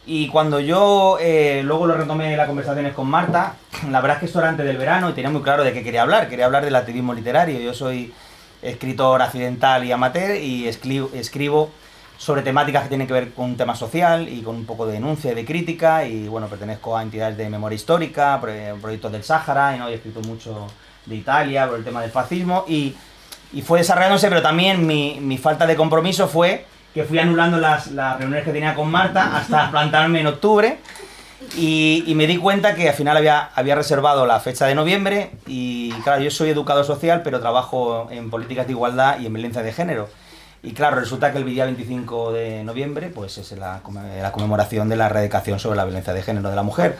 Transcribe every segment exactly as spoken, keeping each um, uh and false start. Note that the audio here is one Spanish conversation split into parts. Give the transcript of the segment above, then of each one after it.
Y cuando yo eh, luego lo retomé las conversaciones con Marta, la verdad es que esto era antes del verano y tenía muy claro de qué quería hablar. Quería hablar del activismo literario. Yo soy escritor accidental y amateur y escribo, escribo sobre temáticas que tienen que ver con un tema social y con un poco de denuncia y de crítica. Y bueno, pertenezco a entidades de memoria histórica, proyectos del Sáhara, y, ¿no? y he escrito mucho de Italia por el tema del fascismo. Y, y fue desarrollándose, pero también mi, mi falta de compromiso fue que fui anulando las, las reuniones que tenía con Marta hasta plantarme en octubre y, y me di cuenta que al final había, había reservado la fecha de noviembre y claro, yo soy educador social pero trabajo en políticas de igualdad y en violencia de género y claro, resulta que el día veinticinco de noviembre pues es la, la conmemoración de la erradicación sobre la violencia de género de la mujer.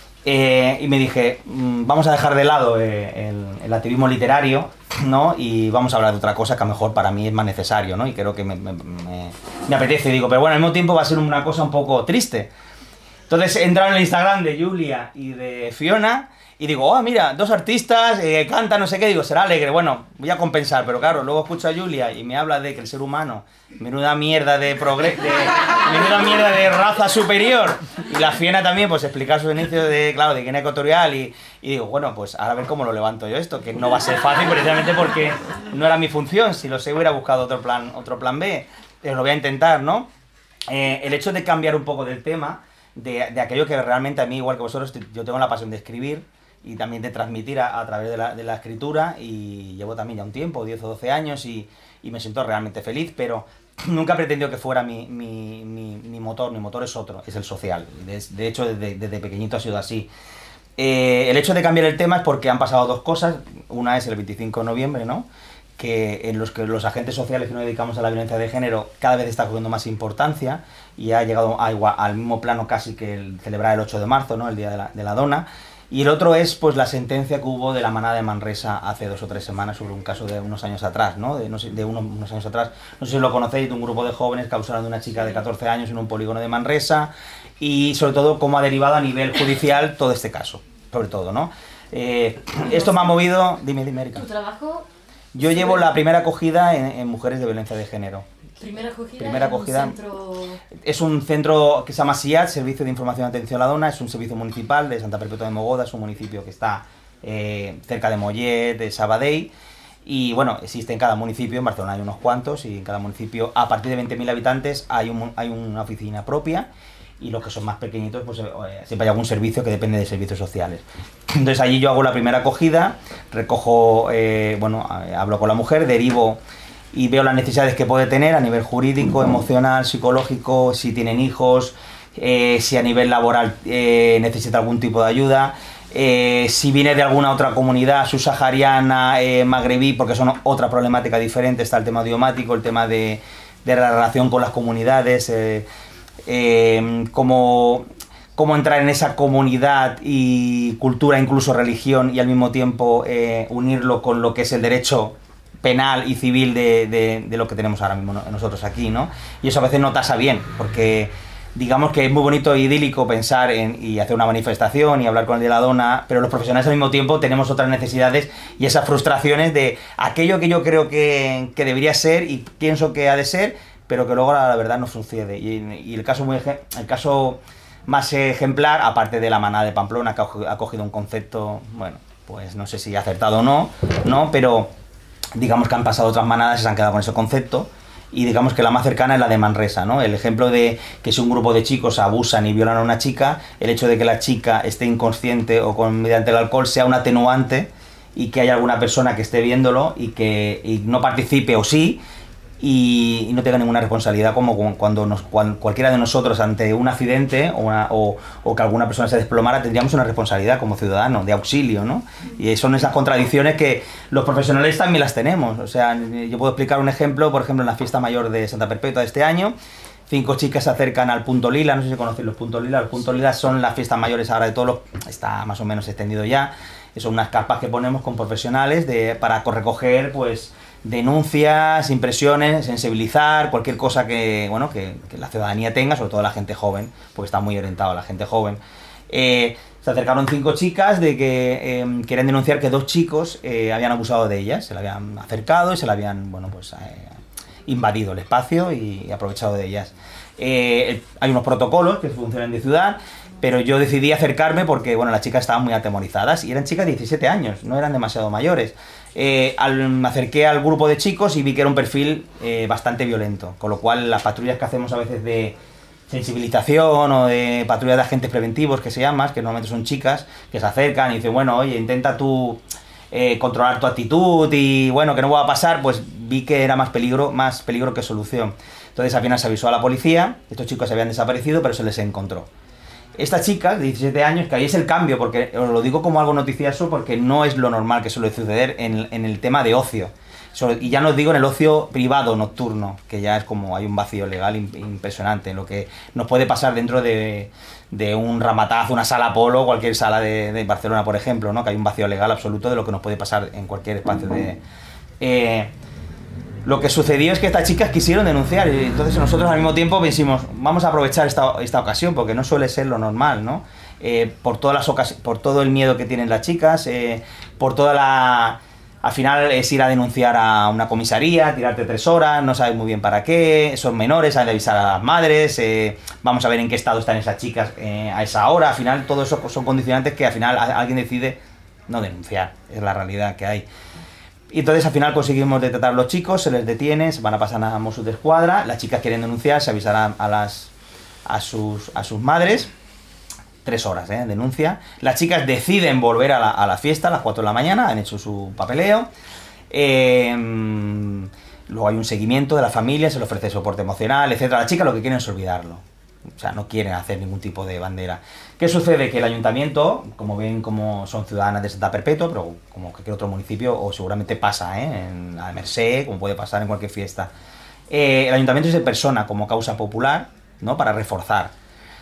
Eh, y me dije, mmm, vamos a dejar de lado eh, el, el activismo literario, ¿no? Y vamos a hablar de otra cosa que a lo mejor para mí es más necesario, ¿no? Y creo que me, me, me, me apetece, y digo, pero bueno, al mismo tiempo va a ser una cosa un poco triste. Entonces he entrado en el Instagram de Julia y de Fiona y digo, oh, mira, dos artistas, eh, cantan, no sé qué, digo, será alegre, bueno, voy a compensar, pero claro, luego escucho a Julia y me habla de que el ser humano, menuda mierda de progreso, menuda mierda de raza superior, y la Fiona también, pues explicar sus inicios de, claro, de Guinea Ecuatorial, y, y digo, bueno, pues ahora a ver cómo lo levanto yo esto, que no va a ser fácil precisamente porque no era mi función, si lo sé hubiera buscado otro plan, otro plan B, pero lo voy a intentar, ¿no? Eh, el hecho de cambiar un poco del tema, de, de aquello que realmente a mí, igual que vosotros, yo tengo la pasión de escribir, y también de transmitir a, a través de la, de la escritura y llevo también ya un tiempo, diez o doce años y, y me siento realmente feliz, pero nunca he pretendido que fuera mi, mi, mi, mi motor, mi motor es otro, es el social, de, de hecho desde, desde pequeñito ha sido así. Eh, el hecho de cambiar el tema es porque han pasado dos cosas, una es el veinticinco de noviembre, ¿no? Que en los que los agentes sociales que nos dedicamos a la violencia de género cada vez está cogiendo más importancia y ha llegado a igual, al mismo plano casi que el celebrar el ocho de marzo, ¿no? El Día de la, de la Dona. Y el otro es pues la sentencia que hubo de la manada de Manresa hace dos o tres semanas sobre un caso de unos años atrás, ¿no? De, no sé, de unos, unos años atrás, no sé si lo conocéis, de un grupo de jóvenes que abusaron de una chica de catorce años en un polígono de Manresa y sobre todo cómo ha derivado a nivel judicial todo este caso, sobre todo, ¿no? Eh, esto me ha movido... Dime, dime, Erika. ¿Tu trabajo? Yo llevo la primera acogida en, en mujeres de violencia de género. Primera acogida, Primera acogida un centro... Es un centro que se llama S I A D, Servicio de Información y Atención a la Dona, es un servicio municipal de Santa Perpetua de Mogoda, es un municipio que está eh, cerca de Mollet, de Sabadell, y bueno, existe en cada municipio, en Barcelona hay unos cuantos, y en cada municipio a partir de veinte mil habitantes hay, un, hay una oficina propia, y los que son más pequeñitos, pues eh, siempre hay algún servicio que depende de servicios sociales. Entonces allí yo hago la primera acogida, recojo, eh, bueno, hablo con la mujer, derivo y veo las necesidades que puede tener a nivel jurídico, emocional, psicológico, si tienen hijos, eh, si a nivel laboral eh, necesita algún tipo de ayuda, eh, si viene de alguna otra comunidad subsahariana, eh, magrebí, porque son otra problemática diferente, está el tema idiomático, el tema de, de la relación con las comunidades, eh, eh, cómo, cómo entrar en esa comunidad y cultura, incluso religión, y al mismo tiempo eh, unirlo con lo que es el derecho penal y civil de, de, de lo que tenemos ahora mismo nosotros aquí, ¿no? Y eso a veces no tasa bien, porque digamos que es muy bonito e idílico pensar en y hacer una manifestación y hablar con el de la Dona, pero los profesionales al mismo tiempo tenemos otras necesidades y esas frustraciones de aquello que yo creo que, que debería ser y pienso que ha de ser, pero que luego la, la verdad no sucede. Y, y el caso muy el caso más ejemplar, aparte de la manada de Pamplona, que ha cogido un concepto, bueno, pues no sé si acertado o no, no, pero digamos que han pasado otras manadas y se han quedado con ese concepto y digamos que la más cercana es la de Manresa, ¿no? El ejemplo de que si un grupo de chicos abusan y violan a una chica, el hecho de que la chica esté inconsciente o con mediante el alcohol sea un atenuante y que haya alguna persona que esté viéndolo y que y no participe o sí y, y no tenga ninguna responsabilidad como cuando, nos, cuando cualquiera de nosotros ante un accidente o, una, o, o que alguna persona se desplomara tendríamos una responsabilidad como ciudadano de auxilio, ¿no? Y son esas contradicciones que los profesionales también las tenemos. O sea, yo puedo explicar un ejemplo, por ejemplo en la fiesta mayor de Santa Perpetua de este año, cinco chicas se acercan al Punto Lila, no sé si conocéis los Puntos Lila, los Puntos Lila son las fiestas mayores ahora de todos los, está más o menos extendido ya, son unas carpas que ponemos con profesionales de, para recoger pues denuncias, impresiones, sensibilizar, cualquier cosa que, bueno, que, que la ciudadanía tenga, sobre todo la gente joven, porque está muy orientado a la gente joven. Eh, se acercaron cinco chicas de que eh, querían denunciar que dos chicos eh, habían abusado de ellas, se la habían acercado y se la habían, bueno, pues eh, invadido el espacio y aprovechado de ellas. Eh, hay unos protocolos que funcionan de ciudad, pero yo decidí acercarme porque, bueno, las chicas estaban muy atemorizadas y eran chicas de diecisiete años, no eran demasiado mayores. Eh, al, me acerqué al grupo de chicos y vi que era un perfil eh, bastante violento, con lo cual las patrullas que hacemos a veces de sensibilización o de patrullas de agentes preventivos, que se llaman, que normalmente son chicas, que se acercan y dicen, bueno, oye, intenta tú eh, controlar tu actitud y, bueno, que no va a pasar, pues vi que era más peligro, más peligro que solución. Entonces al final se avisó a la policía, estos chicos habían desaparecido, pero se les encontró. Esta chica de diecisiete años, que ahí es el cambio, porque os lo digo como algo noticioso, porque no es lo normal que suele suceder en, en el tema de ocio. Y ya no os digo en el ocio privado nocturno, que ya es como hay un vacío legal impresionante, en lo que nos puede pasar dentro de, de un Ramataz, una sala polo, cualquier sala de, de Barcelona, por ejemplo, ¿no? Que hay un vacío legal absoluto de lo que nos puede pasar en cualquier espacio de... Eh, Lo que sucedió es que estas chicas quisieron denunciar y entonces nosotros al mismo tiempo pensamos, vamos a aprovechar esta, esta ocasión, porque no suele ser lo normal, ¿no? Eh, por, todas las ocas- por todo el miedo que tienen las chicas, eh, por toda la... Al final es ir a denunciar a una comisaría, tirarte tres horas, no sabes muy bien para qué, son menores, hay que avisar a las madres, eh, vamos a ver en qué estado están esas chicas eh, a esa hora, al final todo eso son condicionantes que al final alguien decide no denunciar, es la realidad que hay. Y entonces al final conseguimos detectar a los chicos, se les detiene, se van a pasar a Mossos de Escuadra, las chicas quieren denunciar, se avisarán a las a sus, a sus madres, tres horas, ¿eh? Denuncia. Las chicas deciden volver a la, a la fiesta a las cuatro de la mañana, han hecho su papeleo, eh, luego hay un seguimiento de la familia, se les ofrece soporte emocional, etcétera. Las chicas lo que quieren es olvidarlo. O sea, no quieren hacer ningún tipo de bandera. ¿Qué sucede? Que el ayuntamiento, como ven, como son ciudadanas de Santa Perpetua, pero como cualquier otro municipio, o seguramente pasa, ¿eh? En la Merced, como puede pasar en cualquier fiesta, eh, el ayuntamiento se persona como causa popular, ¿no? Para reforzar.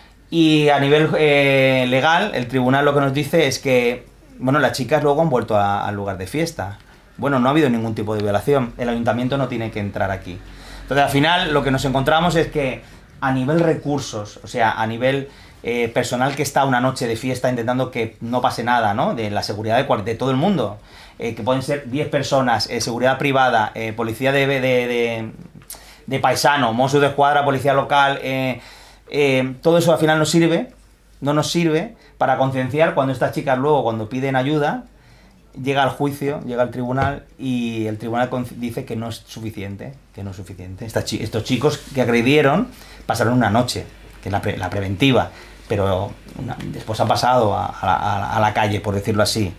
Y a nivel eh, legal, el tribunal lo que nos dice es que, bueno, las chicas luego han vuelto a- al lugar de fiesta. Bueno, no ha habido ningún tipo de violación. El ayuntamiento no tiene que entrar aquí. Entonces, al final, lo que nos encontramos es que a nivel recursos, o sea, a nivel eh, personal que está una noche de fiesta intentando que no pase nada, ¿no? De la seguridad de, cual- de todo el mundo, eh, que pueden ser diez personas, eh, seguridad privada, eh, policía de, de, de, de paisano, Mossos de Escuadra, policía local, eh, eh, todo eso al final nos sirve, no nos sirve para concienciar cuando estas chicas luego, cuando piden ayuda, llega al juicio, llega al tribunal y el tribunal dice que no es suficiente, que no es suficiente. Estas chi- estos chicos que agredieron pasaron una noche, que es la, pre- la preventiva, pero una- después han pasado a, a la, a la calle, por decirlo así.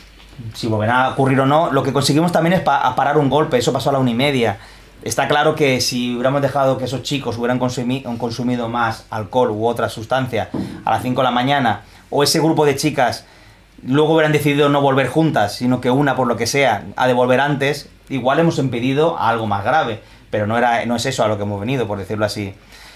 Si volverá a ocurrir o no, lo que conseguimos también es pa- a parar un golpe, eso pasó a la una y media. Está claro que si hubiéramos dejado que esos chicos hubieran consumi- consumido más alcohol u otra sustancia a las cinco de la mañana, o ese grupo de chicas luego hubieran decidido no volver juntas, sino que una, por lo que sea, ha de volver antes, igual hemos impedido algo más grave, pero no, era, no es eso a lo que hemos venido, por decirlo así.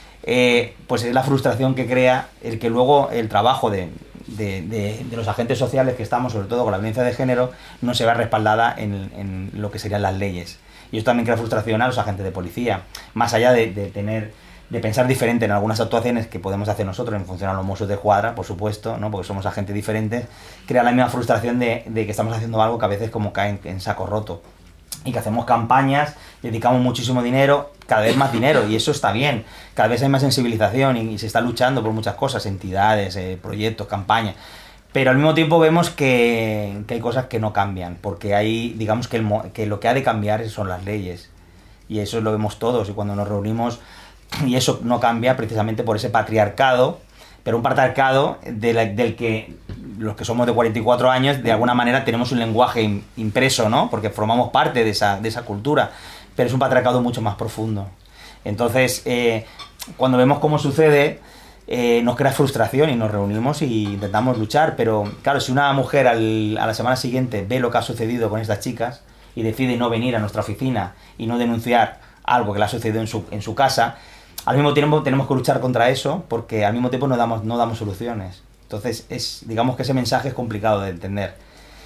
Eh, pues es la frustración que crea el que luego el trabajo de, de, de, de los agentes sociales que estamos, sobre todo con la violencia de género, no se vea respaldada en, en lo que serían las leyes. Y eso también crea frustración a los agentes de policía, más allá de, de tener... de pensar diferente en algunas actuaciones que podemos hacer nosotros en función a los Mossos de Escuadra, por supuesto, ¿no? Porque somos agentes diferentes, crea la misma frustración de, de que estamos haciendo algo que a veces como cae en, en saco roto. Y que hacemos campañas, dedicamos muchísimo dinero, cada vez más dinero, y eso está bien. Cada vez hay más sensibilización y, y se está luchando por muchas cosas, entidades, eh, proyectos, campañas. Pero al mismo tiempo vemos que, que hay cosas que no cambian, porque hay, digamos que, el, que lo que ha de cambiar son las leyes. Y eso lo vemos todos, y cuando nos reunimos... Y eso no cambia precisamente por ese patriarcado, pero un patriarcado de la, del que los que somos de cuarenta y cuatro años, de alguna manera tenemos un lenguaje impreso, ¿no? Porque formamos parte de esa, de esa cultura, pero es un patriarcado mucho más profundo. Entonces, eh, cuando vemos cómo sucede, eh, nos crea frustración y nos reunimos y intentamos luchar, pero claro, si una mujer al, a la semana siguiente ve lo que ha sucedido con estas chicas y decide no venir a nuestra oficina y no denunciar algo que le ha sucedido en su, en su casa, al mismo tiempo tenemos que luchar contra eso, porque al mismo tiempo no damos, no damos soluciones. Entonces, es, digamos que ese mensaje es complicado de entender.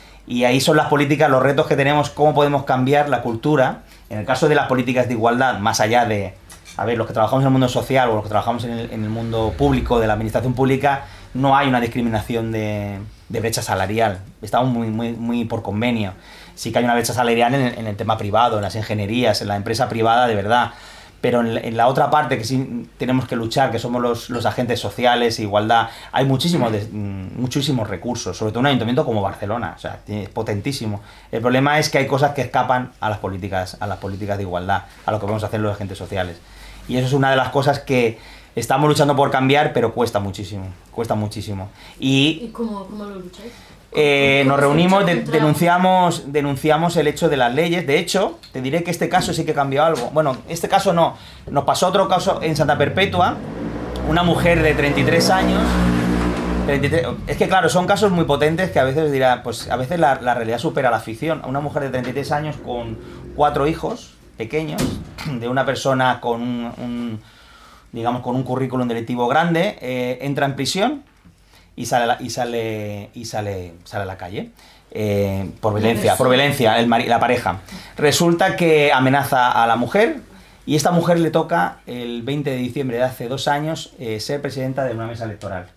Y ahí son las políticas, los retos que tenemos, cómo podemos cambiar la cultura. En el caso de las políticas de igualdad, más allá de, a ver, los que trabajamos en el mundo social o los que trabajamos en el, en el mundo público, de la administración pública, no hay una discriminación de, de brecha salarial. Estamos muy, muy, muy por convenio. Sí que hay una brecha salarial en el, en el tema privado, en las ingenierías, en la empresa privada, de verdad. pero en, en la otra parte que sí tenemos que luchar, que somos los, los agentes sociales, igualdad, hay muchísimos, de, muchísimos recursos, sobre todo un ayuntamiento como Barcelona, o sea, es potentísimo. El problema es que hay cosas que escapan a las políticas, a las políticas de igualdad, a lo que podemos hacer los agentes sociales. Y eso es una de las cosas que estamos luchando por cambiar, pero cuesta muchísimo, cuesta muchísimo. ¿Y, ¿Y cómo, cómo lo lucháis? Eh, nos reunimos, de, denunciamos, denunciamos el hecho de las leyes. De hecho, te diré que este caso sí que cambió algo. Bueno, este caso no. Nos pasó otro caso en Santa Perpetua. Una mujer de treinta y tres años. treinta y tres, es que claro, son casos muy potentes que a veces dirá, pues a veces la, la realidad supera la ficción. Una mujer de treinta y tres años con cuatro hijos pequeños, de una persona con un, un digamos, con un currículum delictivo grande, eh, entra en prisión. Y sale, y sale, y sale, sale a la calle eh, por violencia, por violencia el mari, la pareja. Resulta que amenaza a la mujer y esta mujer le toca el veinte de diciembre de hace dos años eh, ser presidenta de una mesa electoral.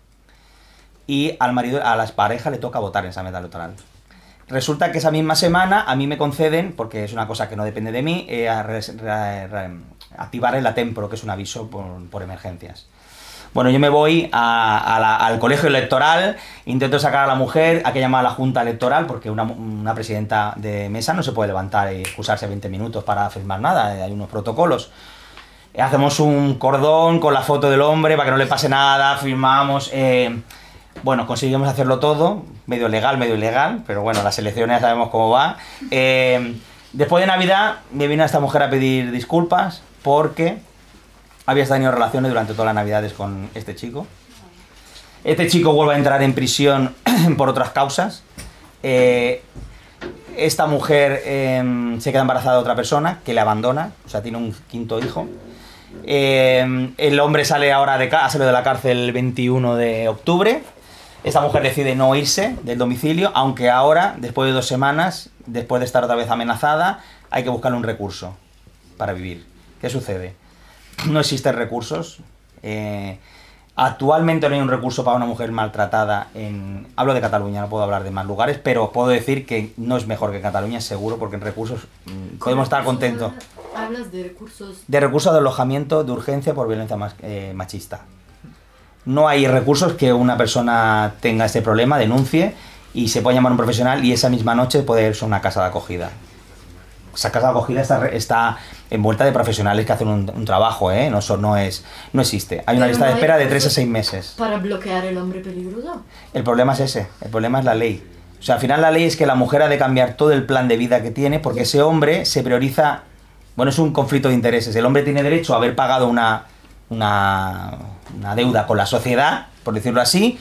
Y al marido, a las parejas le toca votar en esa mesa electoral. Resulta que esa misma semana a mí me conceden, porque es una cosa que no depende de mí, eh, a re, re, re, activar el ATEMPRO, que es un aviso por, por emergencias. Bueno, yo me voy a, a la, al colegio electoral, intento sacar a la mujer, hay que llamar a la junta electoral, porque una, una presidenta de mesa no se puede levantar y excusarse veinte minutos para firmar nada, hay unos protocolos. Hacemos un cordón con la foto del hombre para que no le pase nada, firmamos... Eh, bueno, conseguimos hacerlo todo, medio legal, medio ilegal, pero bueno, las elecciones ya sabemos cómo va. Eh, después de Navidad me vino esta mujer a pedir disculpas porque... había tenido relaciones durante todas las navidades con este chico. Este chico vuelve a entrar en prisión por otras causas. Eh, esta mujer eh, se queda embarazada de otra persona que le abandona, o sea, tiene un quinto hijo. Eh, el hombre sale ahora de, ha salido de la cárcel el veintiuno de octubre. Esta mujer decide no irse del domicilio, aunque ahora, después de dos semanas, después de estar otra vez amenazada, hay que buscarle un recurso para vivir. ¿Qué sucede? No existen recursos. Eh, actualmente no hay un recurso para una mujer maltratada en... Hablo de Cataluña, no puedo hablar de más lugares, pero puedo decir que no es mejor que Cataluña, seguro, porque en recursos mmm, podemos estar contentos. Hablas de recursos... De recursos de alojamiento de urgencia por violencia mas, eh, machista. No hay recursos que una persona tenga este problema, denuncie, y se pueda llamar a un profesional y esa misma noche puede irse a una casa de acogida. Esa casa de acogida está, está envuelta de profesionales que hacen un, un trabajo, ¿eh? No, eso no, es, no existe. Hay una lista de espera de tres a seis meses. ¿Para bloquear el hombre peligroso? El problema es ese, el problema es la ley. O sea, al final la ley es que la mujer ha de cambiar todo el plan de vida que tiene porque ese hombre se prioriza... Bueno, es un conflicto de intereses. El hombre tiene derecho a haber pagado una, una, una deuda con la sociedad, por decirlo así,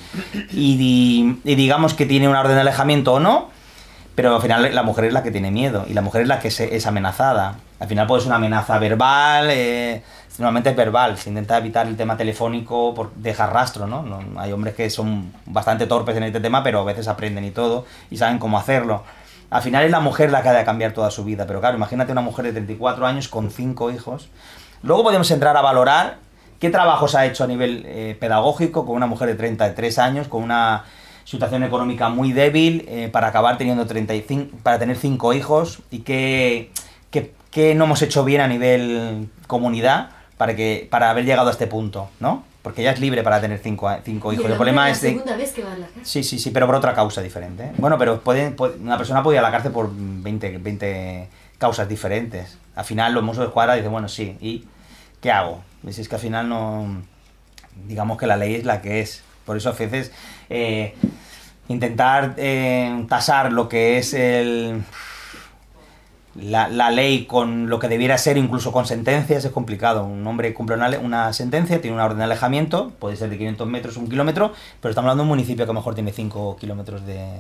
y, y digamos que tiene una orden de alejamiento o no, pero al final la mujer es la que tiene miedo y la mujer es la que se, es amenazada. Al final puede ser una amenaza verbal, eh, normalmente es verbal, se intenta evitar el tema telefónico por dejar rastro, ¿no? No, hay hombres que son bastante torpes en este tema, pero a veces aprenden y todo y saben cómo hacerlo. Al final es la mujer la que ha de cambiar toda su vida, pero claro, imagínate una mujer de treinta y cuatro años con cinco hijos. Luego podemos entrar a valorar qué trabajos ha hecho a nivel eh, pedagógico con una mujer de treinta y tres años, con una situación económica muy débil, eh, para acabar teniendo treinta y cinco, para tener cinco hijos, y qué, qué, qué no hemos hecho bien a nivel comunidad para, que, para haber llegado a este punto, ¿no? Porque ella es libre para tener cinco, cinco hijos. El, el problema la es de... segunda vez que va a la cárcel. Sí, sí, sí, pero por otra causa diferente, ¿eh? Bueno, pero puede, puede, una persona puede ir a la cárcel por veinte, veinte causas diferentes. Al final los mozos de escuadra dicen, bueno, sí, ¿y qué hago? Y si es que al final no... Digamos que la ley es la que es. Por eso a veces eh, intentar eh, tasar lo que es el... La, la ley con lo que debiera ser, incluso con sentencias, es complicado. Un hombre cumple una, una sentencia, tiene una orden de alejamiento, puede ser de quinientos metros, un kilómetro, pero estamos hablando de un municipio que a lo mejor tiene cinco kilómetros de,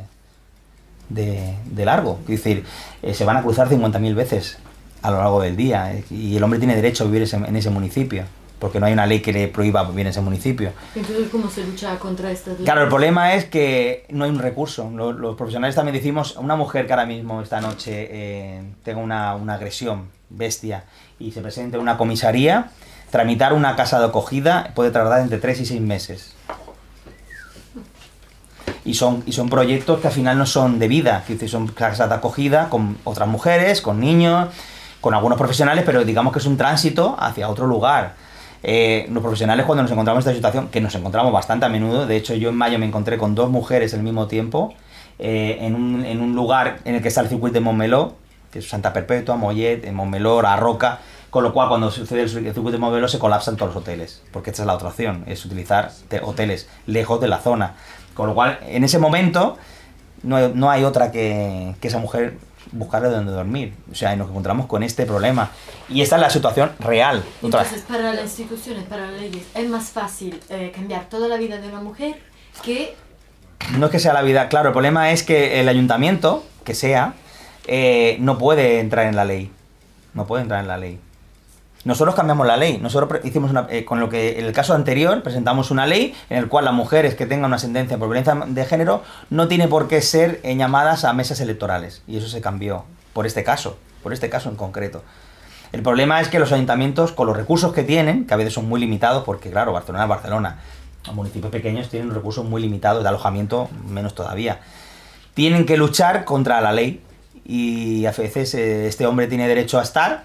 de, de largo. Es decir, eh, se van a cruzar cincuenta mil veces a lo largo del día, eh, y el hombre tiene derecho a vivir ese, en ese municipio, porque no hay una ley que le prohíba vivir en ese municipio. Entonces, ¿cómo se lucha contra esta ley? Claro, el problema es que no hay un recurso. Los, los profesionales también decimos, una mujer que ahora mismo, esta noche, eh, tenga una, una agresión bestia y se presente en una comisaría, tramitar una casa de acogida puede tardar entre tres y seis meses. Y son, y son proyectos que al final no son de vida, que son casas de acogida con otras mujeres, con niños, con algunos profesionales, pero digamos que es un tránsito hacia otro lugar. Eh, los profesionales, cuando nos encontramos en esta situación, que nos encontramos bastante a menudo, de hecho yo en mayo me encontré con dos mujeres al mismo tiempo, eh, en, un, en un lugar en el que está el circuito de Montmeló, que es Santa Perpetua, Mollet, en Montmeló, La Roca, con lo cual cuando sucede el circuito de Montmeló se colapsan todos los hoteles, porque esta es la otra opción, es utilizar hoteles lejos de la zona, con lo cual en ese momento no hay, no hay otra que, que esa mujer buscarle donde dormir, o sea, y nos encontramos con este problema, y esta es la situación real. Entonces, para las instituciones, para las leyes, es más fácil eh, cambiar toda la vida de una mujer que... No es que sea la vida, claro, el problema es que el ayuntamiento, que sea, eh, no puede entrar en la ley, no puede entrar en la ley. Nosotros cambiamos la ley, nosotros hicimos una, eh, con lo que en el caso anterior presentamos una ley en el cual las mujeres que tengan una sentencia por violencia de género no tiene por qué ser eh, llamadas a mesas electorales, y eso se cambió por este caso, por este caso en concreto. El problema es que los ayuntamientos, con los recursos que tienen, que a veces son muy limitados, porque claro, Barcelona es Barcelona, los municipios pequeños tienen recursos muy limitados, de alojamiento menos todavía, tienen que luchar contra la ley, y a veces eh, este hombre tiene derecho a estar,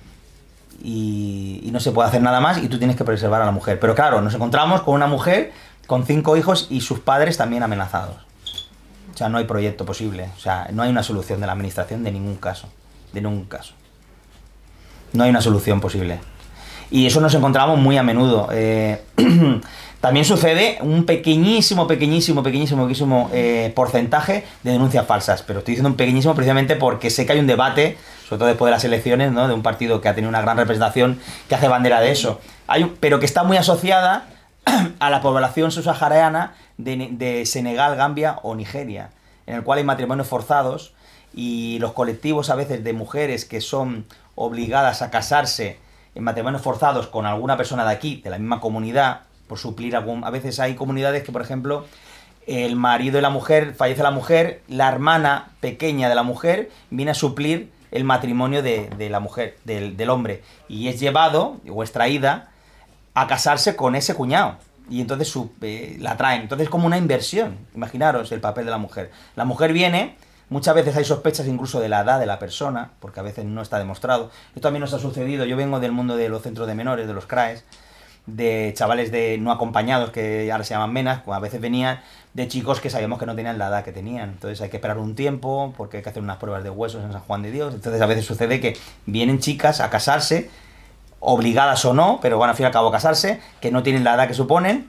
Y, y no se puede hacer nada más, y tú tienes que preservar a la mujer. Pero claro, nos encontramos con una mujer con cinco hijos y sus padres también amenazados. O sea, no hay proyecto posible. O sea, no hay una solución de la administración de ningún caso. De ningún caso. No hay una solución posible. Y eso nos encontramos muy a menudo. Eh, también sucede un pequeñísimo, pequeñísimo, pequeñísimo, pequeñísimo eh, porcentaje de denuncias falsas. Pero estoy diciendo un pequeñísimo precisamente porque sé que hay un debate, sobre todo después de las elecciones, ¿no?, de un partido que ha tenido una gran representación, que hace bandera de eso. Hay un, pero que está muy asociada a la población subsahariana de, de Senegal, Gambia o Nigeria, en el cual hay matrimonios forzados, y los colectivos a veces de mujeres que son obligadas a casarse en matrimonios forzados con alguna persona de aquí, de la misma comunidad, por suplir algún... A veces hay comunidades que, por ejemplo, el marido de la mujer, fallece la mujer, la hermana pequeña de la mujer viene a suplir el matrimonio de, de la mujer, del, del hombre, y es llevado o es traída a casarse con ese cuñado, y entonces su, eh, la traen. Entonces es como una inversión. Imaginaros el papel de la mujer. La mujer viene, muchas veces hay sospechas incluso de la edad de la persona, porque a veces no está demostrado. Esto también nos ha sucedido. Yo vengo del mundo de los centros de menores, de los C R A Es, de chavales de no acompañados, que ahora se llaman menas, pues a veces venían de chicos que sabíamos que no tenían la edad que tenían. Entonces hay que esperar un tiempo, porque hay que hacer unas pruebas de huesos en San Juan de Dios. Entonces a veces sucede que vienen chicas a casarse, obligadas o no, pero van al fin y al cabo a casarse, que no tienen la edad que suponen,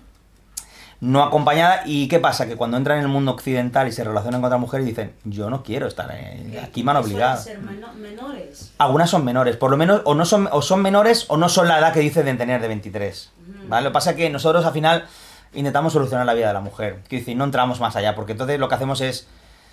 no acompañada. ¿Y qué pasa? Que cuando entran en el mundo occidental y se relacionan con otras mujeres, dicen, yo no quiero estar eh, aquí, me han obligado. ¿Suelen ser men- menores? Algunas son menores, por lo menos, o no son, o son menores o no son la edad que dicen de tener, de veintitrés. ¿Vale? Lo que pasa es que nosotros al final intentamos solucionar la vida de la mujer. Quiero decir, no entramos más allá, porque entonces lo que hacemos es...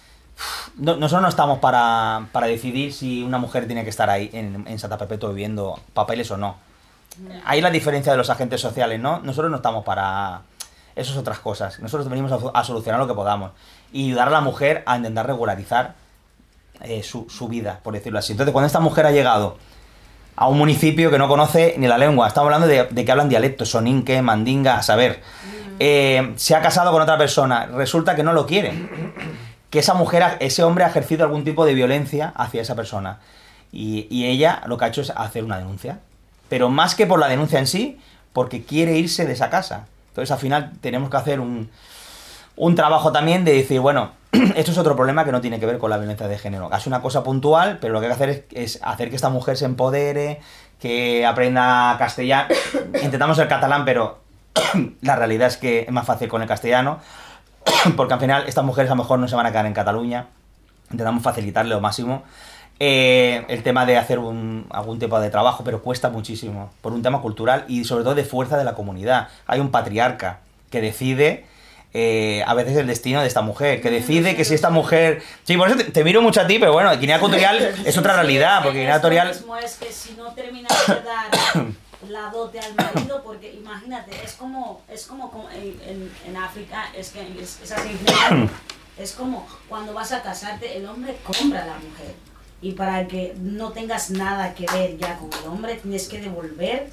No, nosotros no estamos para, para decidir si una mujer tiene que estar ahí en, en Santa Perpetua viviendo papeles o no. Ahí la diferencia de los agentes sociales, ¿no? Nosotros no estamos para... Eso es otras cosas. Nosotros venimos a, a solucionar lo que podamos y ayudar a la mujer a intentar regularizar eh, su, su vida, por decirlo así. Entonces, cuando esta mujer ha llegado a un municipio que no conoce ni la lengua, estamos hablando de, de que hablan dialectos, soninke, mandinga, a saber, eh, se ha casado con otra persona, resulta que no lo quiere, que esa mujer, ese hombre ha ejercido algún tipo de violencia hacia esa persona, y, y ella lo que ha hecho es hacer una denuncia, pero más que por la denuncia en sí, porque quiere irse de esa casa. Entonces al final tenemos que hacer un, un trabajo también de decir, bueno, esto es otro problema que no tiene que ver con la violencia de género. Es una cosa puntual, pero lo que hay que hacer es, es hacer que esta mujer se empodere, que aprenda castellano. Intentamos el catalán, pero la realidad es que es más fácil con el castellano, porque al final estas mujeres a lo mejor no se van a quedar en Cataluña. Intentamos facilitarle lo máximo eh, el tema de hacer un, algún tipo de trabajo, pero cuesta muchísimo, por un tema cultural y sobre todo de fuerza de la comunidad. Hay un patriarca que decide... Eh, a veces el destino de esta mujer, que decide que si esta mujer... Sí, por eso te, te miro mucho a ti, pero bueno, Guinea Ecuatorial es otra realidad, porque Guinea Ecuatorial... Lo mismo es que si no terminas de dar la dote al marido, porque imagínate, es como, es como, como en, en, en África, es que es, es así, es como cuando vas a casarte, el hombre compra a la mujer, y para que no tengas nada que ver ya con el hombre, tienes que devolver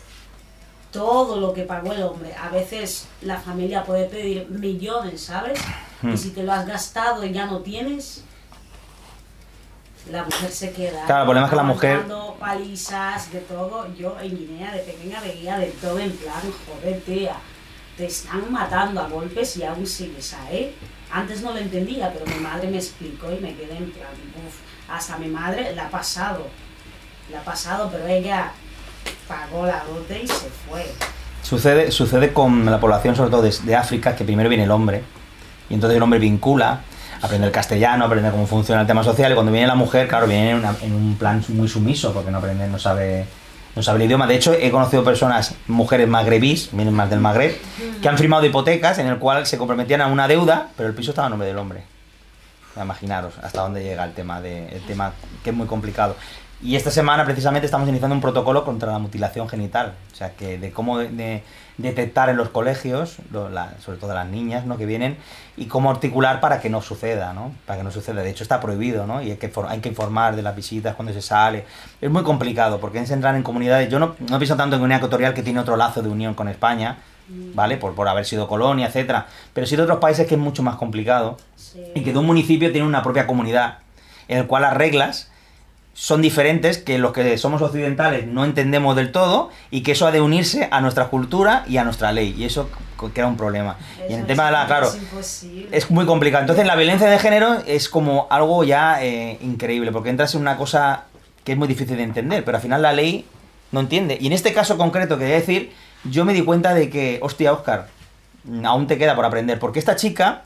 todo lo que pagó el hombre. A veces la familia puede pedir millones, ¿sabes? Y si te lo has gastado y ya no tienes, la mujer se queda. Claro, el problema es que la mujer... aguantando palizas, de todo. Yo en Guinea de pequeña veía de todo en plan, joder, tía, te están matando a golpes y aún sigues ahí. Antes no lo entendía, pero mi madre me explicó y me quedé en plan, uff, hasta mi madre la ha pasado, la ha pasado, pero ella pagó la dote y se fue. Sucede, sucede con la población, sobre todo de, de África, que primero viene el hombre, y entonces el hombre vincula, aprende el castellano, aprende cómo funciona el tema social, y cuando viene la mujer, claro, viene en, una, en un plan muy sumiso, porque no aprende, no sabe, no sabe el idioma. De hecho, he conocido personas, mujeres magrebís, vienen más del Magreb, que han firmado hipotecas en el cual se comprometían a una deuda, pero el piso estaba a nombre del hombre. Imaginaros hasta dónde llega el tema, de, el tema que es muy complicado. Y esta semana precisamente estamos iniciando un protocolo contra la mutilación genital, o sea, que de cómo de, de detectar en los colegios, lo, la, sobre todo las niñas, ¿no?, que vienen, y cómo articular para que no suceda, ¿no? Para que no suceda. De hecho está prohibido, ¿no? Y hay que, hay que informar de las visitas cuando se sale. Es muy complicado porque es entrar en comunidades. Yo no, no pienso tanto en Guinea Ecuatorial, que tiene otro lazo de unión con España, ¿vale? Por, por haber sido colonia, etcétera. Pero sí de otros países que es mucho más complicado, sí. Y que de un municipio tiene una propia comunidad, en el cual las reglas son diferentes, que los que somos occidentales no entendemos del todo, y que eso ha de unirse a nuestra cultura y a nuestra ley, y eso crea un problema. Eso y en el tema de la, claro, es imposible. Es muy complicado. Entonces la violencia de género es como algo ya eh, increíble, porque entras en una cosa que es muy difícil de entender, pero al final la ley no entiende. Y en este caso concreto, quería decir, yo me di cuenta de que, hostia, Óscar, aún te queda por aprender, porque esta chica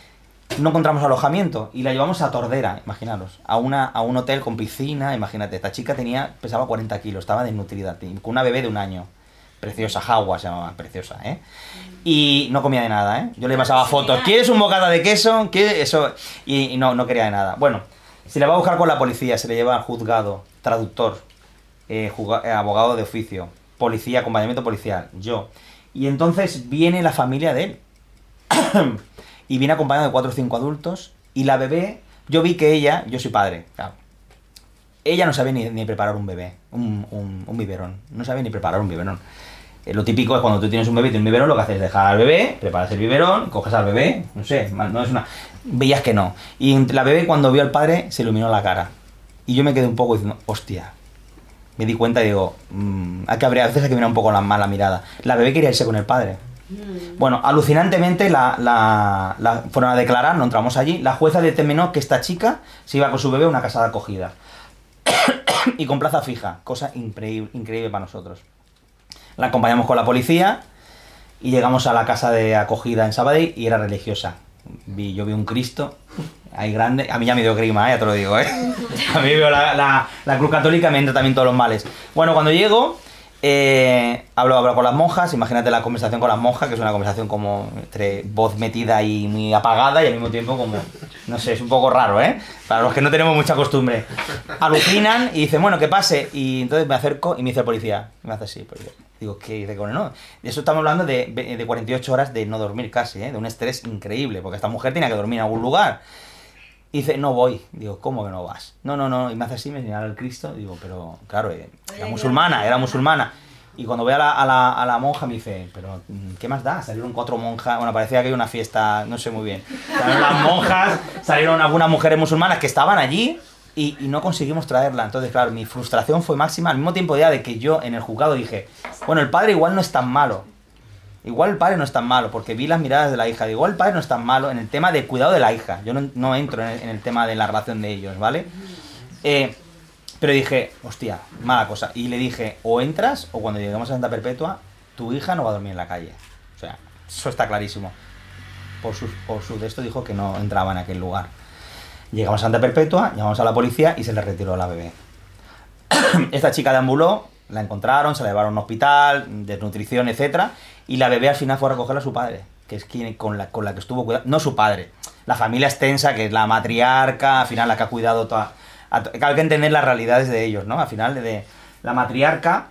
no encontramos alojamiento y la llevamos a Tordera, imaginaros, a una a un hotel con piscina. Imagínate, esta chica tenía pesaba cuarenta kilos, estaba desnutrida, con una bebé de un año, preciosa, Jawa se llamaba, preciosa, ¿eh? Y no comía de nada, ¿eh? Yo le pasaba fotos, ¿quieres un bocata de queso? ¿Quieres eso? Y, y no, no quería de nada. Bueno, se le va a buscar con la policía, se le lleva al juzgado, traductor, eh, juzga, eh, abogado de oficio, policía, acompañamiento policial, yo. Y entonces viene la familia de él. Y viene acompañado de cuatro o cinco adultos, y la bebé, yo vi que ella, yo soy padre, claro, ella no sabía ni, ni preparar un bebé, un, un, un biberón, no sabía ni preparar un biberón. Eh, lo típico es cuando tú tienes un bebé y tienes un biberón, lo que haces es dejar al bebé, preparas el biberón, coges al bebé, no sé, no es una... Veías que no. Y la bebé, cuando vio al padre, se iluminó la cara. Y yo me quedé un poco diciendo, hostia. Me di cuenta y digo, mmm, hay que abrir, a veces hay que mirar un poco la mala mirada. La bebé quería irse con el padre. Bueno, alucinantemente la, la, la fueron a declarar, no entramos allí. La jueza determinó que esta chica se iba con su bebé a una casa de acogida y con plaza fija, cosa increíble, increíble para nosotros. La acompañamos con la policía y llegamos a la casa de acogida en Sabadell y era religiosa. Vi, yo vi un Cristo ahí grande, a mí ya me dio grima, ¿eh? Ya te lo digo, ¿eh? A mí veo la, la, la Cruz Católica, me entra también todos los males. Bueno, cuando llego... Eh, hablo, hablo con las monjas, imagínate la conversación con las monjas, que es una conversación como entre voz metida y muy apagada, y al mismo tiempo como, no sé, es un poco raro, ¿eh? Para los que no tenemos mucha costumbre. Alucinan y dicen, bueno, que pase, y entonces me acerco y me dice el policía, me hace así, policía. Digo, ¿qué dice? No, de eso estamos hablando de, de cuarenta y ocho horas de no dormir casi, ¿eh? De un estrés increíble, porque esta mujer tenía que dormir en algún lugar. Y dice, no voy. Digo, ¿cómo que no vas? No, no, no. Y me hace así, me señala el Cristo. Digo, pero claro, era musulmana, era musulmana. Y cuando voy a la, a la, a la monja me dice, pero ¿qué más da? Salieron cuatro monjas, bueno, parecía que había una fiesta, no sé muy bien. Salieron las monjas, salieron algunas mujeres musulmanas que estaban allí y, y no conseguimos traerla. Entonces, claro, mi frustración fue máxima. Al mismo tiempo ya de que yo en el juzgado dije, bueno, el padre igual no es tan malo. Igual el padre no es tan malo, porque vi las miradas de la hija. Igual el padre no es tan malo en el tema del cuidado de la hija. Yo no, no entro en el, en el tema de la relación de ellos, ¿vale? Eh, pero dije, hostia, mala cosa. Y le dije, o entras, o cuando lleguemos a Santa Perpetua, tu hija no va a dormir en la calle. O sea, eso está clarísimo. Por su, por su de esto dijo que no entraba en aquel lugar. Llegamos a Santa Perpetua, llamamos a la policía y se le retiró a la bebé. Esta chica deambuló, la encontraron, se la llevaron a un hospital, desnutrición, etcétera. Y la bebé al final fue a recogerla a su padre, que es quien con la, con la que estuvo cuidando, no su padre, la familia extensa, que es la matriarca, al final la que ha cuidado toda... A, hay que entender las realidades de ellos, ¿no? Al final de, de la matriarca.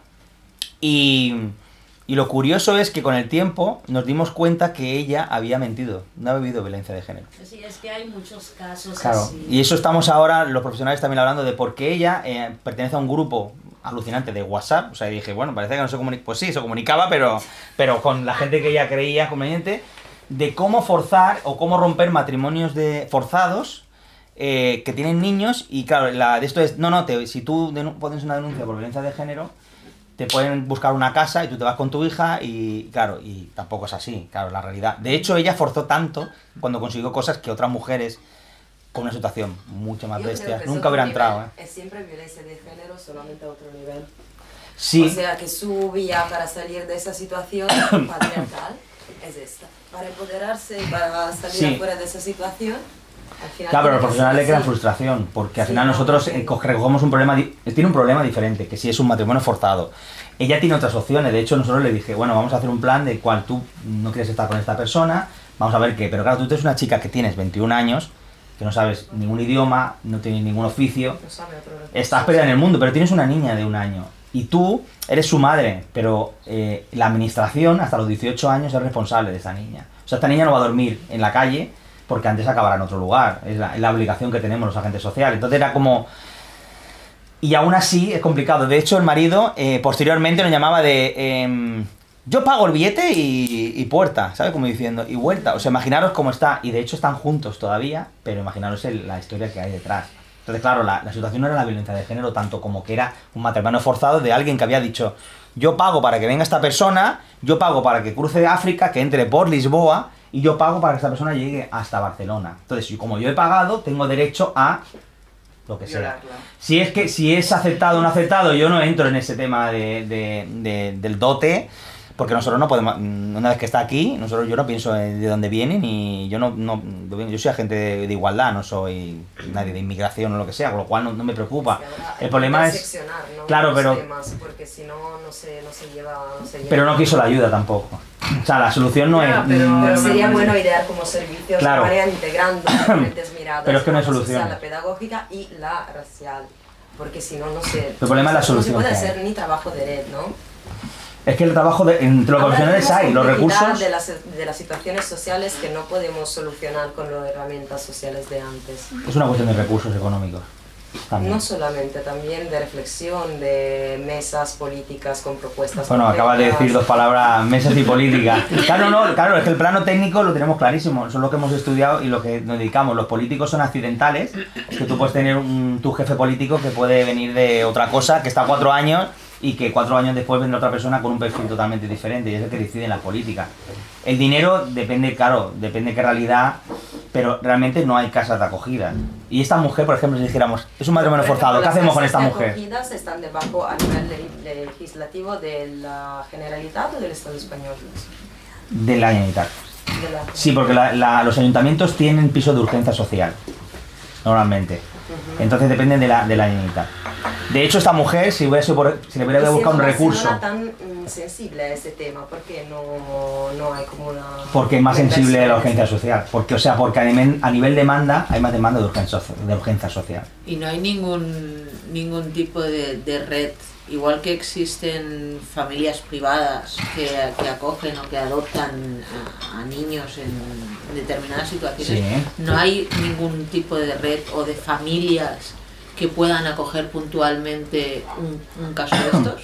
Y, y lo curioso es que con el tiempo nos dimos cuenta que ella había mentido, no ha vivido violencia de género. Sí, es que hay muchos casos claro, así. Y eso estamos ahora, los profesionales también hablando de por qué ella eh, pertenece a un grupo alucinante de WhatsApp, o sea, y dije, bueno, parece que no se comunicaba, pues sí, se comunicaba, pero, pero con la gente que ella creía conveniente, de cómo forzar o cómo romper matrimonios de forzados eh, que tienen niños y claro, la de esto es, no, no, te, si tú pones una denuncia por violencia de género, te pueden buscar una casa y tú te vas con tu hija y claro, y tampoco es así, claro, la realidad. De hecho, ella forzó tanto cuando consiguió cosas que otras mujeres con una situación mucho más Yo bestia creo que nunca hubieran otro nivel entrado. ¿eh? Es siempre violencia de género, solamente a otro nivel. Sí. O sea que su vía para salir de esa situación patriarcal es esta. Para empoderarse y para salir Sí. afuera de esa situación, al final... Claro, pero a los tiene que profesionales le ser crean así. frustración, porque al Sí, final no, nosotros no. eh, co- recogemos un problema, di- tiene un problema diferente, que sí es un matrimonio forzado. Ella tiene otras opciones, de hecho nosotros le dije, bueno, vamos a hacer un plan de cual tú no quieres estar con esta persona, vamos a ver qué, pero claro, tú eres una chica que tienes veintiún años, que no sabes ningún idioma, no tienes ningún oficio, No sabe otro recurso. estás perdida en el mundo, pero tienes una niña de un año. Y tú eres su madre, pero eh, la administración hasta los dieciocho años es responsable de esa niña. O sea, esta niña no va a dormir en la calle porque antes acabará en otro lugar. Es la, es la obligación que tenemos los agentes sociales. Entonces era como... Y aún así es complicado. De hecho, el marido eh, posteriormente nos llamaba de... Eh, yo pago el billete y, y puerta, ¿sabes? Como diciendo, y vuelta. O sea, imaginaros cómo está. Y de hecho están juntos todavía, pero imaginaros el- la historia que hay detrás. Entonces, claro, la, la situación no era la violencia de género tanto como que era un matrimonio forzado de alguien que había dicho, yo pago para que venga esta persona, yo pago para que cruce de África, que entre por Lisboa, y yo pago para que esta persona llegue hasta Barcelona. Entonces, yo- como yo he pagado, tengo derecho a lo que sea. Violarla. Si es que si es aceptado o no aceptado, yo no entro en ese tema de, de- de- del dote, porque nosotros no podemos, una vez que está aquí, nosotros yo no pienso en de dónde vienen y yo no, no yo soy agente de, de igualdad, no soy nadie de inmigración o lo que sea, con lo cual no, no me preocupa. Es que ahora hay El que problema es, interseccionar, ¿no? claro, Los pero temas, porque si no, no se, no se lleva... No se lleva. pero no quiso la ayuda tampoco. O sea, la solución no Ya, es... pero mm, sería bueno idear como servicios Claro. de manera integrando diferentes miradas, Pero es que no hay la social, soluciones. la pedagógica y la racial, porque si no, no se... El problema es la no se- solución No se que puede hay. hacer ni trabajo de red, ¿no? Es que el trabajo de, entre los Ahora profesionales tenemos hay, los complejidad recursos... De las, de las situaciones sociales que no podemos solucionar con las herramientas sociales de antes. Es una cuestión de recursos económicos. También. No solamente, también de reflexión, de mesas políticas con propuestas. Bueno, acabas de concretas. decir dos palabras, mesas y política. Claro, no, claro, es que el plano técnico lo tenemos clarísimo, eso es lo que hemos estudiado y lo que nos dedicamos. Los políticos son accidentales, que tú puedes tener un, tu jefe político que puede venir de otra cosa, que está cuatro años y que cuatro años después vendrá otra persona con un perfil totalmente diferente y es el que decide en la política. El dinero depende, claro, depende de qué realidad, pero realmente no hay casas de acogida. Y esta mujer, por ejemplo, si dijéramos, es un matrimonio Por ejemplo, forzado, ¿qué las hacemos con casas esta de mujer? acogidas están debajo a nivel le- legislativo de la Generalitat o del Estado español. De la Generalitat. De la- Sí, porque la- la- los ayuntamientos tienen pisos de urgencia social, normalmente. Entonces dependen de la, de la Generalitat. De hecho, esta mujer, si, hubiera sido por- si le hubiera Y buscado un siendo recurso, Barcelona tan mm, sensible a ese tema, porque no, no hay como una... porque es más una sensible a la inversión? urgencia social. Porque, o sea, porque a nivel, a nivel demanda hay más demanda de urgencia, soci- de urgencia social. Y no hay ningún, ningún tipo de, de red, igual que existen familias privadas que, que acogen o que adoptan a, a niños en determinadas situaciones, Sí. no hay ningún tipo de red o de familias que puedan acoger puntualmente un, un caso de estos.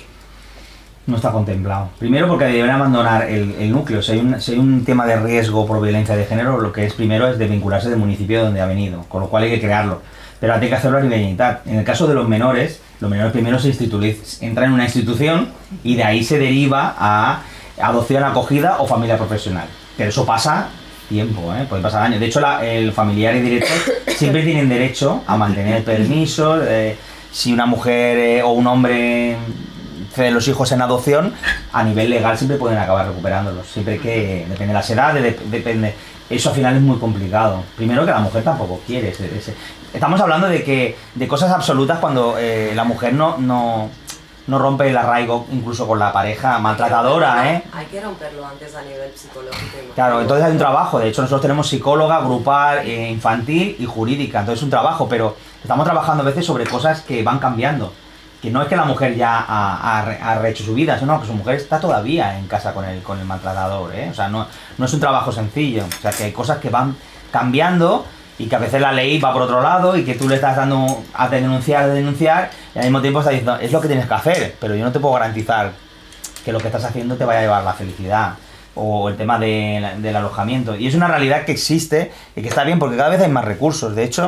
No está contemplado. Primero porque deberían abandonar el, el núcleo. Si hay, un, si hay un tema de riesgo por violencia de género, lo que es primero es desvincularse del municipio donde ha venido, con lo cual hay que crearlo. Pero hay que hacerlo a nivel Generalitat. En el caso de los menores, los menores primero se institucionalizan, entran en una institución y de ahí se deriva a adopción, acogida o familia profesional. Pero eso pasa tiempo, ¿eh? Puede pasar años. De hecho, la, el familiar y director siempre tienen derecho a mantener permisos. Eh, si una mujer eh, o un hombre cede los hijos en adopción, a nivel legal siempre pueden acabar recuperándolos. Siempre que depende de las edades, de- depende. Eso al final es muy complicado. Primero que la mujer tampoco quiere. Ese, ese. Estamos hablando de que de cosas absolutas cuando eh, la mujer no, no, no rompe el arraigo incluso con la pareja maltratadora, ¿eh? Hay que romperlo antes a nivel psicológico. y Claro, emocional. entonces hay un trabajo. De hecho, nosotros tenemos psicóloga, grupal, eh, infantil y jurídica. Entonces es un trabajo, pero estamos trabajando a veces sobre cosas que van cambiando. Que no es que la mujer ya ha, ha re- ha rehecho su vida, sino que su mujer está todavía en casa con el, con el maltratador, ¿eh? O sea, no, no es un trabajo sencillo. O sea, que hay cosas que van cambiando y que a veces la ley va por otro lado y que tú le estás dando a denunciar, a denunciar y al mismo tiempo estás diciendo, es lo que tienes que hacer, pero yo no te puedo garantizar que lo que estás haciendo te vaya a llevar la felicidad o el tema de la- del alojamiento. Y es una realidad que existe y que está bien porque cada vez hay más recursos. De hecho,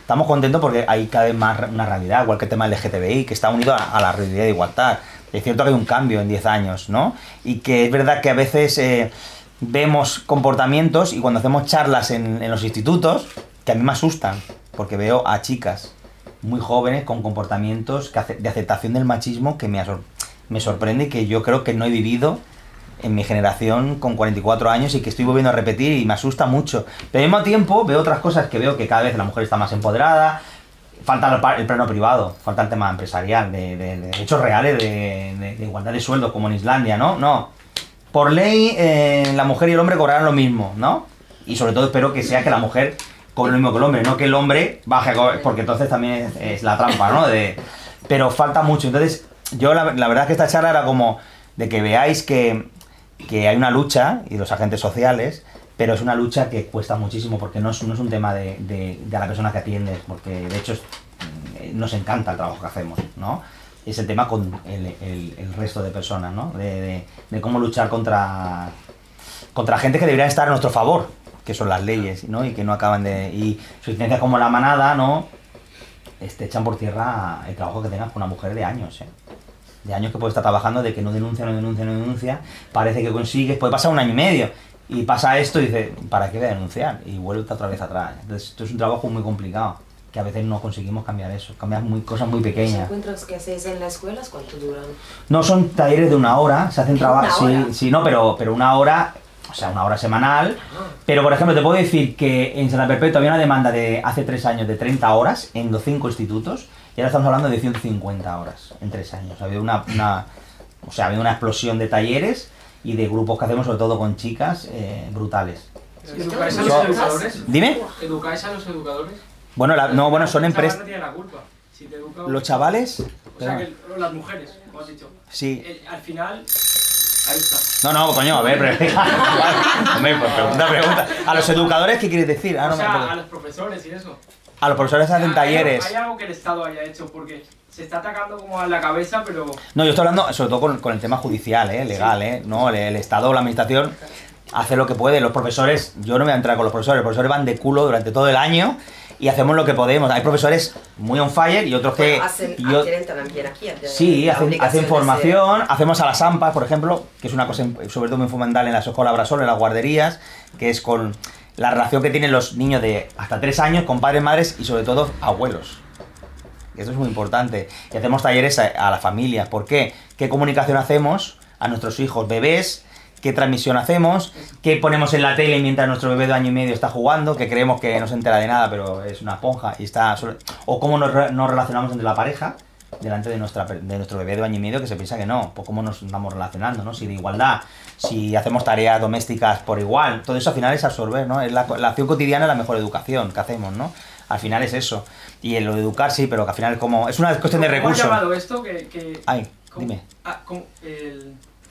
estamos contentos porque hay cada vez más una realidad, igual que el tema del L G T B I, que está unido a, a la realidad de igualdad. Es cierto que hay un cambio en diez años, ¿no? Y que es verdad que a veces eh, vemos comportamientos y cuando hacemos charlas en, en los institutos, que a mí me asustan, porque veo a chicas muy jóvenes con comportamientos que hace, de aceptación del machismo que me, asor- me sorprende y que yo creo que no he vivido en mi generación con cuarenta y cuatro años y que estoy volviendo a repetir y me asusta mucho. Pero al mismo tiempo veo otras cosas que veo que cada vez la mujer está más empoderada, falta el, el plano privado, falta el tema empresarial, de, de, de derechos reales, de, de, de igualdad de sueldo, como en Islandia, ¿no? No. Por ley, eh, la mujer y el hombre cobrarán lo mismo, ¿no? Y sobre todo espero que sea que la mujer cobre lo mismo que el hombre, no que el hombre baje a cobrar, porque entonces también es, es la trampa, ¿no? De, pero falta mucho. Entonces, yo la, la verdad es que esta charla era como de que veáis que, que hay una lucha, y los agentes sociales, pero es una lucha que cuesta muchísimo, porque no es, no es un tema de, de, de a la persona que atiendes, porque de hecho es, nos encanta el trabajo que hacemos, ¿no? Es el tema con el, el, el resto de personas, ¿no? De, de, de cómo luchar contra, contra gente que debería estar a nuestro favor, que son las leyes, ¿no? Y que no acaban de... Y sugerencias como la manada, ¿no? Este, echan por tierra el trabajo que tengas con una mujer de años, ¿eh? De años que puede estar trabajando, de que no denuncia, no denuncia, no denuncia, parece que consigues, puede pasar un año y medio, y pasa esto y dice, ¿para qué voy a denunciar? Y vuelve otra vez atrás. Entonces, esto es un trabajo muy complicado, que a veces no conseguimos cambiar eso, cambiar muy, cosas muy pequeñas. ¿Los encuentros que hacéis en las escuelas cuánto duran? No, son talleres de una hora, se hacen trabajos... Sí, sí, no, pero, pero una hora... O sea, una hora semanal, pero por ejemplo te puedo decir que en Santa Perpetua había una demanda de hace tres años de treinta horas en los cinco institutos y ahora estamos hablando de ciento cincuenta horas en tres años. Ha habido una, una, o sea, ha habido una explosión de talleres y de grupos que hacemos sobre todo con chicas eh, brutales. ¿Educáis a los educadores? Dime. ¿Educáis a los educadores? Bueno, la, no, bueno, son empresas... Los chavales no tienen la culpa. Si te educa... ¿Los chavales? O sea, que las mujeres, como has dicho. Sí. Eh, al final... Ahí está. No, no, coño, a ver, pero... Hombre, pues pregunta, pregunta. ¿A los educadores qué quieres decir? Ah, no, o sea, me a los profesores y eso. A los profesores hacen Hay- talleres. Hay algo que el Estado haya hecho, porque se está atacando como a la cabeza, pero... No, yo estoy hablando sobre todo con, con el tema judicial, ¿eh? Legal, ¿eh? No, el, el Estado o la Administración hace lo que puede. Los profesores, yo no me voy a entrar con los profesores, los profesores van de culo durante todo el año y hacemos lo que podemos. Hay profesores muy on fire y otros que... Bueno, hacen, yo, tienen también aquí. de- sí, la hacen, obligación hacen de formación, hacemos a las AMPAs, por ejemplo, que es una cosa sobre todo muy fundamental en las escuelas Brasol, en las guarderías, que es con la relación que tienen los niños de hasta tres años con padres, madres y sobre todo abueos. Esto es muy importante. Y hacemos talleres a, a la familia. ¿Por qué? ¿Qué comunicación hacemos a nuestros hijos bebés? ¿Qué transmisión hacemos? ¿Qué ponemos en la tele mientras nuestro bebé de año y medio está jugando? Que creemos que no se entera de nada, pero es una esponja y está... Solo... O cómo nos, re- nos relacionamos entre la pareja delante de, nuestra, de nuestro bebé de año y medio, que se piensa que no. Pues cómo nos estamos relacionando, ¿no? Si de igualdad, si hacemos tareas domésticas por igual. Todo eso al final es absorber, ¿no? Es la, la acción cotidiana es la mejor educación que hacemos, ¿no? Al final es eso. Y en lo de educar sí, pero que al final es como... Es una cuestión de ¿Cómo recursos. has llamado esto? Que, que, Ay, ¿cómo? dime. Ah, ¿cómo? El...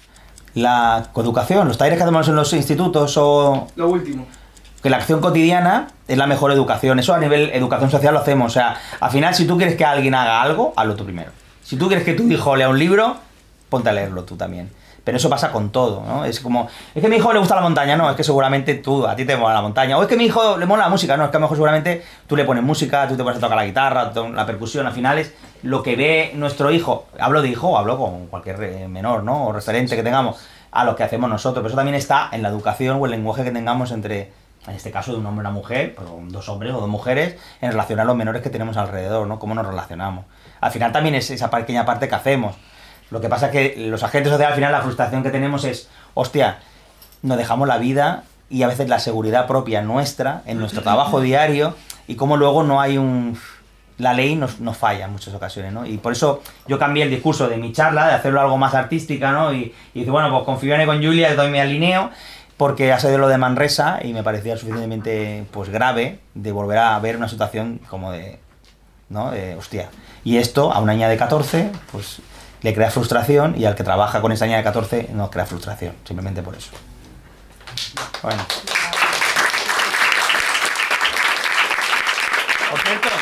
La coeducación, los talleres que hacemos en los institutos o... Lo último. Que la acción cotidiana es la mejor educación. Eso a nivel educación social lo hacemos. O sea, al final, si tú quieres que alguien haga algo, hazlo tú primero. Si tú quieres que tu hijo lea un libro, ponte a leerlo tú también. Pero eso pasa con todo, ¿no? Es como, es que a mi hijo le gusta la montaña, no, es que seguramente tú, a ti te mola la montaña. O es que a mi hijo le mola la música, no, es que a lo mejor seguramente tú le pones música, tú te pones a tocar la guitarra, la percusión. Al final es lo que ve nuestro hijo. Hablo de hijo o hablo con cualquier menor, ¿no? O referente que tengamos a lo que hacemos nosotros. Pero eso también está en la educación o el lenguaje que tengamos entre, en este caso, de un hombre y una mujer, pero dos hombres o dos mujeres, en relación a los menores que tenemos alrededor, ¿no? Cómo nos relacionamos. Al final también es esa pequeña parte que hacemos. Lo que pasa es que los agentes sociales, al final, la frustración que tenemos es, hostia, nos dejamos la vida y a veces la seguridad propia nuestra, en nuestro trabajo diario, y cómo luego no hay un... La ley nos, nos falla en muchas ocasiones, ¿no? Y por eso yo cambié el discurso de mi charla, de hacerlo algo más artística, ¿no? Y, y dice, bueno, pues con Fiona y con Julia doy mi alineo, porque ha sido lo de Manresa y me parecía suficientemente, pues, grave de volver a ver una situación como de... ¿no? De, hostia. Y esto, a una niña de catorce, pues... le crea frustración y al que trabaja con esa niña de catorce no crea frustración, simplemente por eso. Bueno. Por cierto,